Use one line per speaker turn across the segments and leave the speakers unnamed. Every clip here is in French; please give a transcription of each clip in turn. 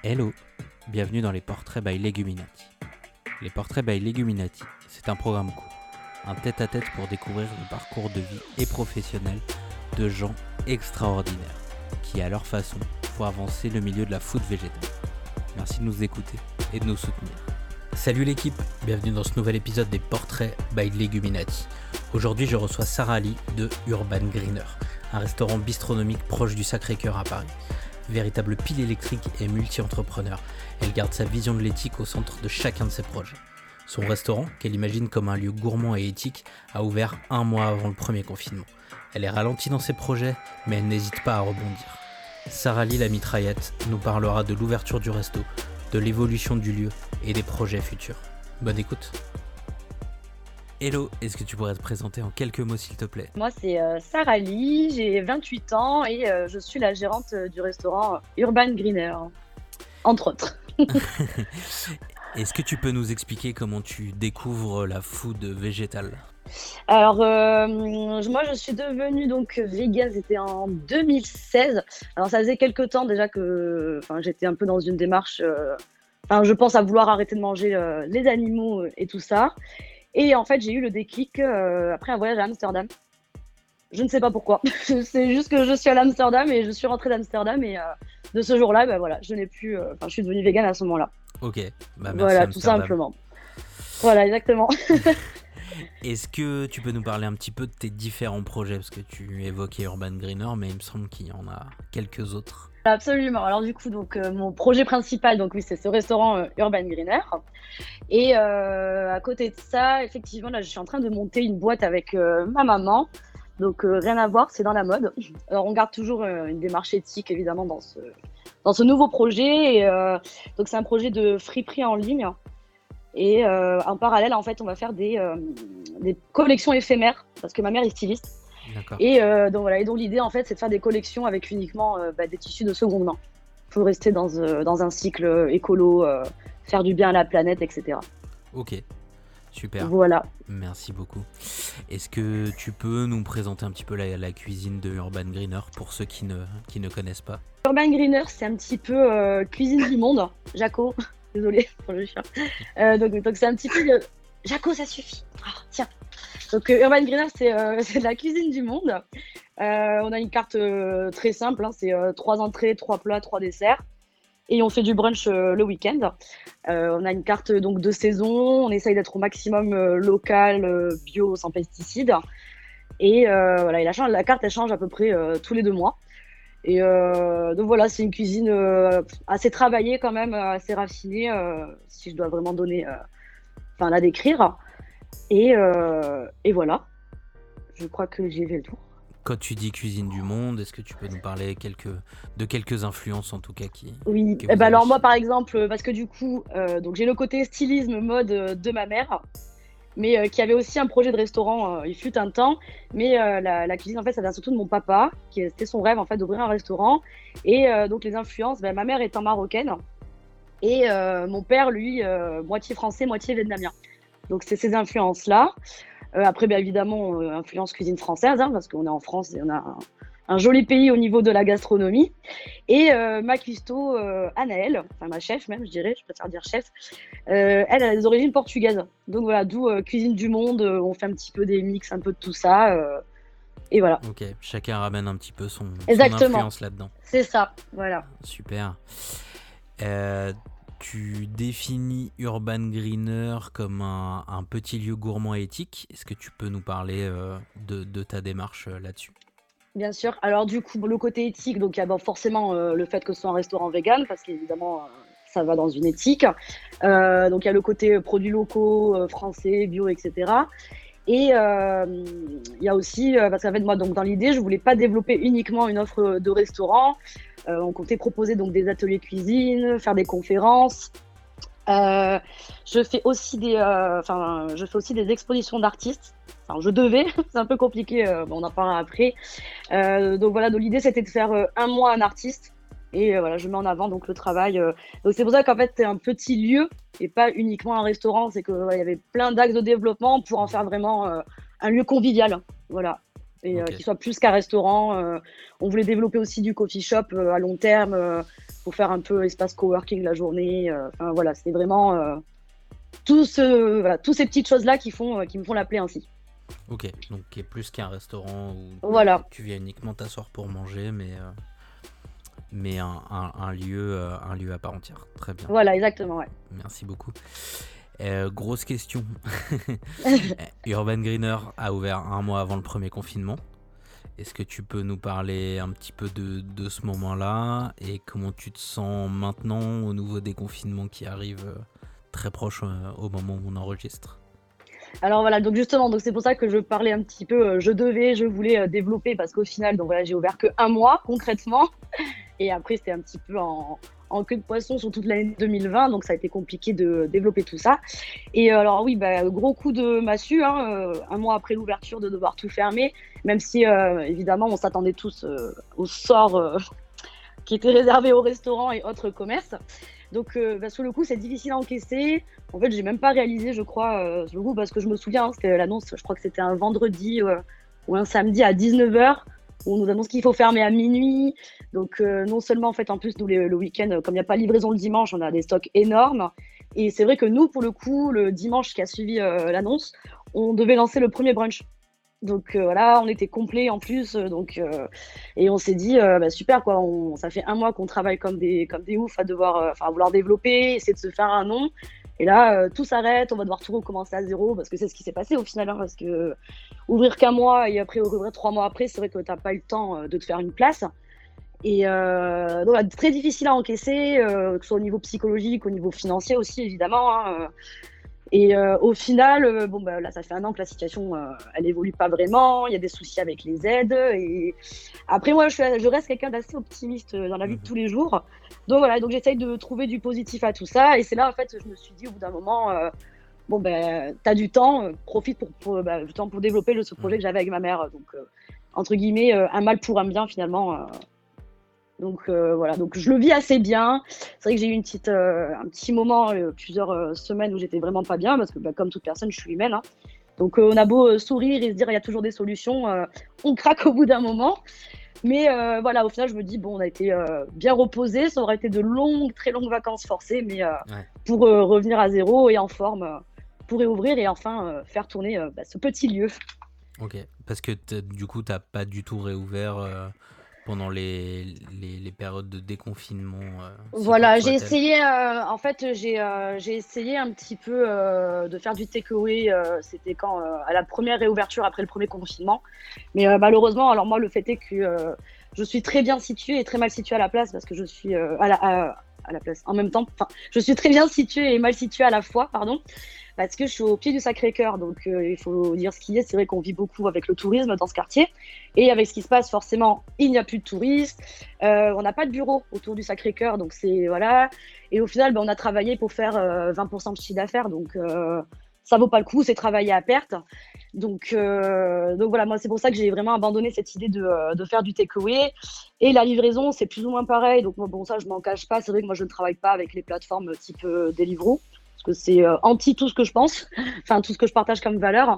Hello, bienvenue dans les Portraits by Leguminati. Les Portraits by Leguminati, c'est un programme court, un tête-à-tête pour découvrir le parcours de vie et professionnel de gens extraordinaires qui, à leur façon, font avancer le milieu de la food végétale. Merci de nous écouter et de nous soutenir. Salut l'équipe, bienvenue dans ce nouvel épisode des Portraits by Leguminati. Aujourd'hui, je reçois Sarah Ali de Urban Greener, un restaurant bistronomique proche du Sacré-Cœur à Paris. Véritable pile électrique et multi-entrepreneur, elle garde sa vision de l'éthique au centre de chacun de ses projets. Son restaurant, qu'elle imagine comme un lieu gourmand et éthique, a ouvert 1 mois avant le premier confinement. Elle est ralentie dans ses projets, mais elle n'hésite pas à rebondir. Sarah Ali, la mitraillette, nous parlera de l'ouverture du resto, de l'évolution du lieu et des projets futurs. Bonne écoute. Hello, est-ce que tu pourrais te présenter en quelques mots s'il te plaît ?
Moi, c'est Sarah Lee, j'ai 28 ans et je suis la gérante du restaurant Urban Greener, entre autres.
Est-ce que tu peux nous expliquer comment tu découvres la food végétale ?
Alors, moi, je suis devenue donc végane, c'était en 2016. Alors, ça faisait quelques temps déjà que j'étais un peu dans une démarche, je pense à vouloir arrêter de manger les animaux et tout ça. Et en fait, j'ai eu le déclic après un voyage à Amsterdam. Je ne sais pas pourquoi. C'est juste que je suis allée à Amsterdam et je suis rentrée d'Amsterdam et de ce jour-là, je n'ai plus. Je suis devenue végane à ce moment-là.
Ok, merci
Voilà,
Amsterdam.
tout simplement. Voilà, exactement.
Est-ce que tu peux nous parler un petit peu de tes différents projets ? Parce que tu évoquais Urban Greener, mais il me semble qu'il y en a quelques autres.
Absolument. Alors du coup, mon projet principal, oui, c'est ce restaurant Urban Greener. Et à côté de ça, effectivement, là, je suis en train de monter une boîte avec ma maman. Donc rien à voir, c'est dans la mode. Alors on garde toujours une démarche éthique évidemment dans ce nouveau projet. Et, donc c'est un projet de friperie en ligne. Et en parallèle, en fait, on va faire des collections éphémères parce que ma mère est styliste.
D'accord.
Et donc voilà. Et donc l'idée en fait, c'est de faire des collections avec uniquement des tissus de seconde main. Il faut rester dans un cycle écolo, faire du bien à la planète, etc.
Ok, super.
Voilà.
Merci beaucoup. Est-ce que tu peux nous présenter un petit peu la cuisine de Urban Greener pour ceux qui ne connaissent pas ?
Urban Greener, c'est un petit peu cuisine du monde. Jaco, désolée pour le chien. Donc c'est un petit peu... Jaco, ça suffit. Ah, tiens. Donc Urban Greener, c'est de la cuisine du monde. On a une carte très simple, c'est 3 entrées, 3 plats, 3 desserts. Et on fait du brunch le week-end. On a une carte donc de saison. On essaye d'être au maximum local, bio, sans pesticides. Et voilà, et la carte, elle change à peu près tous les 2 mois. Et donc voilà, c'est une cuisine assez travaillée quand même, assez raffinée, si je dois vraiment la décrire. Et voilà, je crois que j'ai fait le tour.
Quand tu dis cuisine du monde, est-ce que tu peux nous parler de quelques influences en tout cas qui...
Oui,
que vous
alors
avez
moi par exemple, parce que du coup, donc j'ai le côté stylisme mode de ma mère, mais qui avait aussi un projet de restaurant, il fut un temps, mais la cuisine en fait ça vient surtout de mon papa, c'était son rêve en fait d'ouvrir un restaurant, et donc les influences, ma mère étant marocaine, et mon père lui, moitié français, moitié vietnamien. Donc c'est ces influences-là. Après, évidemment, influence cuisine française, parce qu'on est en France et on a un joli pays au niveau de la gastronomie. Et ma cuistot, Anaëlle, ma chef même, je dirais, je préfère dire chef, elle a des origines portugaises. Donc voilà, d'où cuisine du monde, on fait un petit peu des mix, un peu de tout ça. Et voilà.
Ok, chacun ramène un petit peu son
Exactement.
influence là-dedans.
C'est ça, voilà.
Super. Tu définis Urban Greener comme un petit lieu gourmand et éthique. Est-ce que tu peux nous parler de ta démarche là-dessus ?
Bien sûr. Alors du coup, le côté éthique, donc il y a forcément le fait que ce soit un restaurant vegan, parce qu'évidemment, ça va dans une éthique. Donc il y a le côté produits locaux, français, bio, etc. Et il y a aussi, parce qu'en fait, moi, donc, dans l'idée, je voulais pas développer uniquement une offre de restaurant. On comptait proposer donc des ateliers cuisine, faire des conférences. Je fais aussi des expositions d'artistes. Je devais, c'est un peu compliqué, on en parlera après. Donc voilà, donc l'idée c'était de faire 1 mois un artiste. Et voilà, je mets en avant donc le travail. Donc c'est pour ça qu'en fait c'est un petit lieu et pas uniquement un restaurant. C'est que y avait plein d'axes de développement pour en faire vraiment un lieu convivial. Voilà. et
Ok.
qui soit plus qu'un restaurant. On voulait développer aussi du coffee shop à long terme pour faire un peu espace coworking la journée. Enfin voilà, c'était vraiment voilà, toutes ces petites choses-là qui me font l'appeler ainsi.
Ok, donc qui est plus qu'un restaurant où
Voilà,
tu viens uniquement t'asseoir pour manger, mais un lieu à part entière. Très bien,
voilà, exactement, ouais.
merci beaucoup. Grosse question. Urban Greener a ouvert un mois avant le premier confinement. Est-ce que tu peux nous parler un petit peu de ce moment-là et comment tu te sens maintenant au nouveau déconfinement qui arrive très proche au moment où on enregistre?
Alors voilà, donc justement, donc c'est pour ça que je parlais un petit peu, je voulais développer parce qu'au final, donc voilà, j'ai ouvert que un mois concrètement. Et après, c'était un petit peu en queue de poisson sur toute l'année 2020, donc ça a été compliqué de développer tout ça. Et alors oui, bah, gros coup de massue, hein, un mois après l'ouverture, de devoir tout fermer, même si évidemment on s'attendait tous au sort qui était réservé aux restaurants et autres commerces. Donc bah, sur le coup, c'est difficile à encaisser. En fait, j'ai même pas réalisé, je crois, sur le coup, parce que je me souviens, hein, c'était l'annonce, je crois que c'était un vendredi ou un samedi à 19h, où on nous annonce qu'il faut fermer à minuit. Donc non seulement, en fait, en plus, nous, le week-end, comme il n'y a pas de livraison le dimanche, on a des stocks énormes. Et c'est vrai que nous, pour le coup, le dimanche qui a suivi l'annonce, on devait lancer le premier brunch. Donc voilà, on était complet en plus, et on s'est dit bah, super quoi, ça fait un mois qu'on travaille comme des oufs à devoir, à vouloir développer, essayer de se faire un nom. Et là, tout s'arrête, on va devoir tout recommencer à zéro parce que c'est ce qui s'est passé au final, hein, parce que ouvrir qu'un mois et après ouvrir 3 mois après, c'est vrai que t'as pas eu le temps de te faire une place. Et donc très difficile à encaisser, que ce soit au niveau psychologique, au niveau financier aussi évidemment, hein. Et au final, bon, bah, là, ça fait un an que la situation, elle évolue pas vraiment. Il y a des soucis avec les aides. Et après, moi, je reste quelqu'un d'assez optimiste dans la vie de
Mhm.
tous les jours. Donc voilà, donc j'essaye de trouver du positif à tout ça. Et c'est là, en fait, je me suis dit au bout d'un moment, bon, ben, t'as du temps, profite bah, du temps pour développer ce projet
Mhm.
que j'avais avec ma mère. Donc, entre guillemets, un mal pour un bien finalement. Donc voilà, donc je le vis assez bien. C'est vrai que j'ai eu un petit moment, plusieurs semaines où j'étais vraiment pas bien parce que bah, comme toute personne, je suis humaine, hein. Donc on a beau sourire et se dire il y a toujours des solutions, on craque au bout d'un moment. Mais voilà, au final, je me dis bon, on a été bien reposé. Ça aurait été de longues, très longues vacances forcées, mais
Ouais.
pour revenir à zéro et en forme pour réouvrir et enfin faire tourner bah, ce petit lieu.
Ok, parce que du coup, t'as pas du tout réouvert pendant les périodes de déconfinement, si courtes
Voilà, j'ai
soient-elles.
essayé, en fait, j'ai essayé un petit peu de faire du takeaway. C'était quand à la première réouverture après le premier confinement. Mais malheureusement, alors moi, le fait est que je suis très bien située et très mal située à la place parce que je suis à la place en même temps. Enfin, je suis très bien située et mal située à la fois, pardon, parce que je suis au pied du Sacré-Cœur. Donc, il faut dire ce qui est. C'est vrai qu'on vit beaucoup avec le tourisme dans ce quartier. Et avec ce qui se passe, forcément, il n'y a plus de touristes. On n'a pas de bureau autour du Sacré-Cœur. Donc, c'est. Voilà. Et au final, ben, on a travaillé pour faire 20% de chiffre d'affaires. Donc, ça vaut pas le coup. C'est travailler à perte. Donc voilà, moi, c'est pour ça que j'ai vraiment abandonné cette idée de faire du takeaway. Et la livraison, c'est plus ou moins pareil. Donc, moi, bon, ça, je m'en cache pas. C'est vrai que moi, je ne travaille pas avec les plateformes type Deliveroo parce que c'est anti tout ce que je pense, enfin tout ce que je partage comme valeur.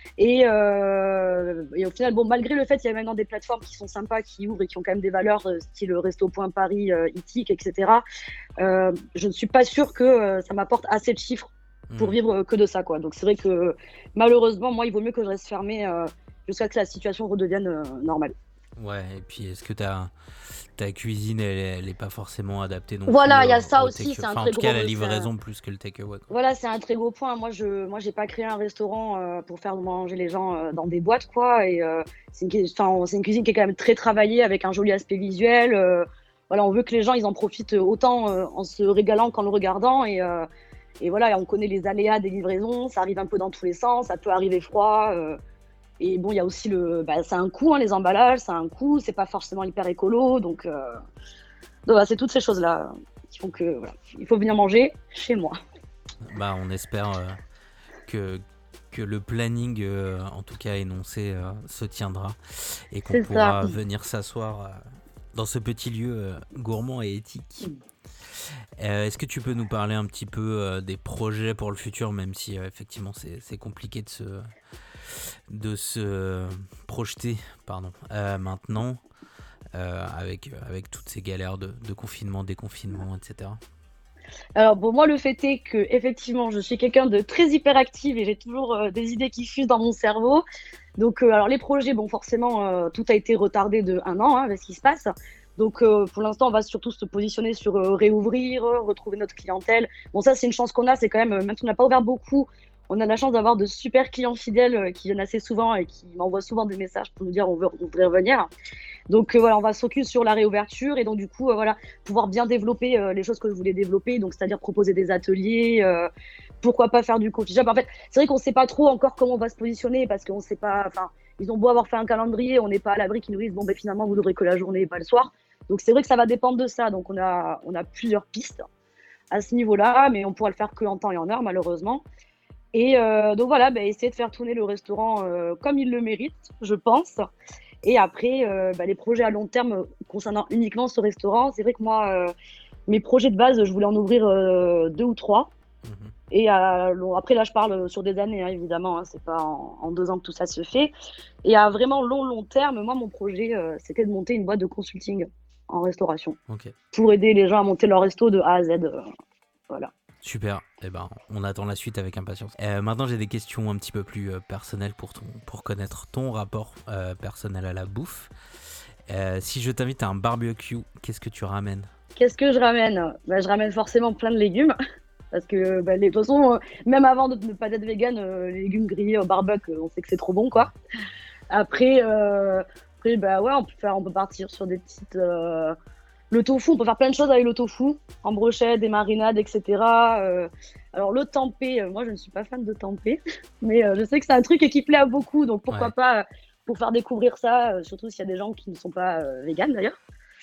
Et au final, bon, malgré le fait qu'il y a maintenant des plateformes qui sont sympas, qui ouvrent et qui ont quand même des valeurs style Resto.Paris, Itik, etc., je ne suis pas sûre que ça m'apporte assez de chiffres pour
Mhm.
vivre que de ça, quoi. Donc c'est vrai que malheureusement, moi, il vaut mieux que je reste fermée jusqu'à ce que la situation redevienne normale.
Ouais, et puis est-ce que ta cuisine, elle est pas forcément adaptée non plus
Voilà, il y a ça
au
aussi,
take.
c'est un
Enfin, en
très
tout cas,
gros.
la livraison plus que le takeaway, quoi.
Voilà, c'est un très gros point. Moi, j'ai pas créé un restaurant pour faire manger les gens dans des boîtes, quoi. Et c'est une cuisine qui est quand même très travaillée avec un joli aspect visuel. Voilà, on veut que les gens ils en profitent autant en se régalant qu'en le regardant. Et voilà, on connaît les aléas des livraisons. Ça arrive un peu dans tous les sens. Ça peut arriver froid. Et bon, il y a aussi bah, c'est un coût, hein, les emballages, c'est un coût. C'est pas forcément hyper écolo. Donc voilà, c'est toutes ces choses-là qui font que voilà, il faut venir manger chez moi.
Bah, on espère que, que le planning, en tout cas énoncé, se tiendra et qu'on
C'est ça.
pourra venir s'asseoir dans ce petit lieu gourmand et éthique. Est-ce que tu peux nous parler un petit peu des projets pour le futur, même si effectivement c'est compliqué de se projeter maintenant avec toutes ces galères de confinement, déconfinement, etc.
Alors bon, moi le fait est que effectivement je suis quelqu'un de très hyperactive et j'ai toujours des idées qui fusent dans mon cerveau. Donc alors les projets, bon forcément tout a été retardé de 1 an avec ce qui se passe. Donc pour l'instant on va surtout se positionner sur réouvrir, retrouver notre clientèle. Bon ça c'est une chance qu'on a, c'est quand même si on n'a pas ouvert beaucoup, on a la chance d'avoir de super clients fidèles qui viennent assez souvent et qui m'envoient souvent des messages pour nous dire on voudrait revenir. Donc voilà, on va se focus sur la réouverture et donc du coup voilà, pouvoir bien développer les choses que je voulais développer, donc c'est-à-dire proposer des ateliers, pourquoi pas faire du coffee shop. En fait, c'est vrai qu'on ne sait pas trop encore comment on va se positionner parce qu'on ne sait pas, enfin, ils ont beau avoir fait un calendrier, on n'est pas à l'abri qu'ils nous disent bon ben finalement vous n'aurez que la journée et pas le soir. Donc c'est vrai que ça va dépendre de ça. Donc on a plusieurs pistes à ce niveau-là, mais on pourra le faire que en temps et en heure malheureusement. Et donc voilà, essayer de faire tourner le restaurant comme il le mérite, je pense. Et après, les projets à long terme concernant uniquement ce restaurant, c'est vrai que moi, mes projets de base, je voulais en ouvrir 2 ou 3.
Mhm.
Et après, là, je parle sur des années, hein, évidemment. Hein, c'est pas en 2 ans que tout ça se fait. Et à vraiment long terme, moi, mon projet, c'était de monter une boîte de consulting en restauration.
Ok.
Pour aider les gens à monter leur resto de A à Z. Voilà.
Super, on attend la suite avec impatience. Maintenant j'ai des questions un petit peu plus personnelles pour connaître ton rapport personnel à la bouffe. Si je t'invite à un barbecue, qu'est-ce que tu ramènes ?
Qu'est-ce que je ramène ? Je ramène forcément plein de légumes. Parce que de toute façon, même avant de ne pas être vegan, les légumes grillés au barbecue, on sait que c'est trop bon, quoi. Après, ouais, on peut partir sur des petites... Le tofu, on peut faire plein de choses avec le tofu, en brochette, des marinades, etc. Alors le tempeh, moi je ne suis pas fan de tempeh, mais je sais que c'est un truc qui plaît à beaucoup, donc pourquoi pas pour faire découvrir ça, surtout s'il y a des gens qui ne sont pas véganes d'ailleurs.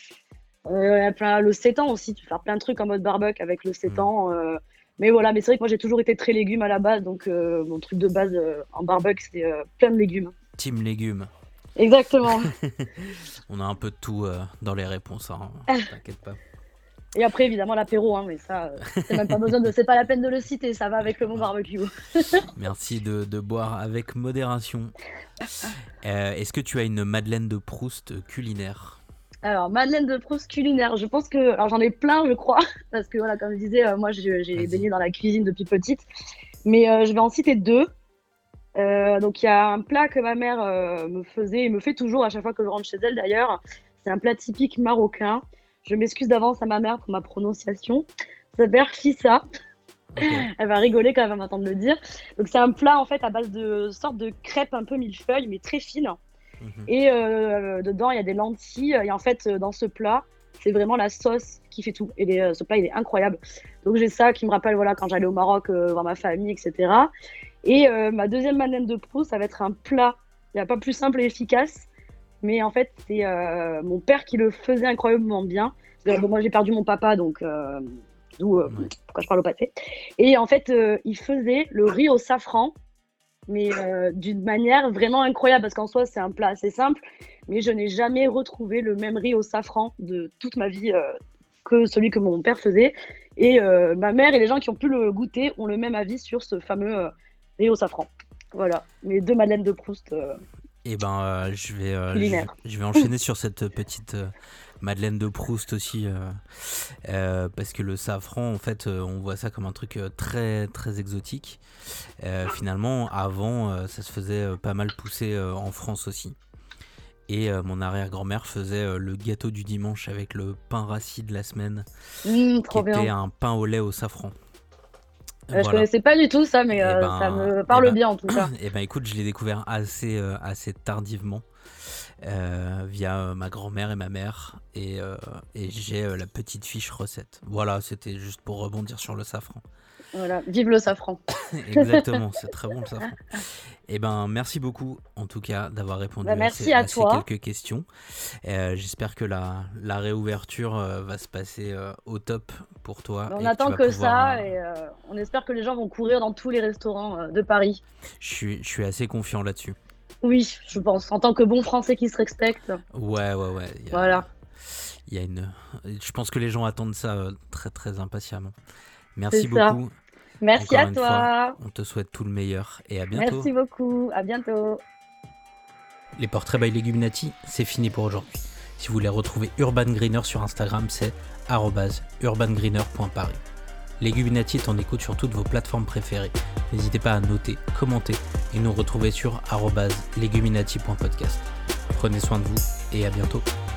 Le sétan aussi, tu peux faire plein de trucs en mode barbecue avec le sétan. Mais voilà, mais c'est vrai que moi j'ai toujours été très légumes à la base, donc mon truc de base en barbecue c'est plein de légumes.
Team légumes.
Exactement.
On a un peu de tout dans les réponses, hein. T'inquiète pas.
Et après évidemment l'apéro, hein, mais ça c'est même pas besoin c'est pas la peine de le citer, ça va avec le mot barbecue.
Merci de boire avec modération. Est-ce que tu as une Madeleine de Proust culinaire ?
Alors, Madeleine de Proust culinaire, je pense que... Alors, j'en ai plein, je crois, parce que, voilà, comme je disais, moi, j'ai baigné dans la cuisine depuis petite. Mais je vais en citer 2. Donc, il y a un plat que ma mère me faisait, et me fait toujours à chaque fois que je rentre chez elle, d'ailleurs. C'est un plat typique marocain. Je m'excuse d'avance à ma mère pour ma prononciation. Ça s'appelle fissa. Okay. Elle va rigoler quand elle va m'entendre le dire. Donc, c'est un plat, en fait, à base de sorte de crêpe un peu millefeuille, mais très fine. Et dedans, il y a des lentilles. Et en fait, dans ce plat, c'est vraiment la sauce qui fait tout. Et ce plat, il est incroyable. Donc, j'ai ça qui me rappelle voilà, quand j'allais au Maroc voir ma famille, etc. Et ma deuxième Madeleine de Proust, ça va être un plat. Il n'y a pas plus simple et efficace. Mais en fait, c'est mon père qui le faisait incroyablement bien. Moi, j'ai perdu mon papa, donc d'où pourquoi je parle au passé. Et en fait, il faisait le riz au safran, mais d'une manière vraiment incroyable, parce qu'en soi, c'est un plat assez simple, mais je n'ai jamais retrouvé le même riz au safran de toute ma vie que celui que mon père faisait. Et ma mère et les gens qui ont pu le goûter ont le même avis sur ce fameux riz au safran. Voilà, mes 2 Madeleines de Proust.
Je vais enchaîner sur cette petite Madeleine de Proust aussi, parce que le safran, en fait, on voit ça comme un truc très très exotique. Finalement, avant, ça se faisait pas mal pousser en France aussi. Et mon arrière-grand-mère faisait le gâteau du dimanche avec le pain rassis de la semaine, qui était un pain au lait au safran.
Voilà. Je connaissais pas du tout ça, mais ça me parle bien en tout cas.
Écoute, je l'ai découvert assez tardivement via ma grand-mère et ma mère, et j'ai la petite fiche recette. Voilà, c'était juste pour rebondir sur le safran.
Voilà, vive le safran.
Exactement, c'est très bon le safran. Merci beaucoup en tout cas d'avoir répondu à ces quelques questions. J'espère que la réouverture va se passer au top pour toi.
On attend que ça, et on espère que les gens vont courir dans tous les restaurants de Paris.
Je suis assez confiant là-dessus.
Oui, je pense, en tant que bon Français qui se respecte.
Ouais.
Voilà.
Je pense que les gens attendent ça très très impatiemment. Merci beaucoup.
Merci
Encore
à
une
toi.
fois, on te souhaite tout le meilleur et à bientôt.
Merci beaucoup. À bientôt.
Les portraits by Leguminati, c'est fini pour aujourd'hui. Si vous voulez retrouver Urban Greener sur Instagram, c'est @urbangreener.paris. Leguminati est en écoute sur toutes vos plateformes préférées. N'hésitez pas à noter, commenter et nous retrouver sur @leguminati.podcast. Prenez soin de vous et à bientôt.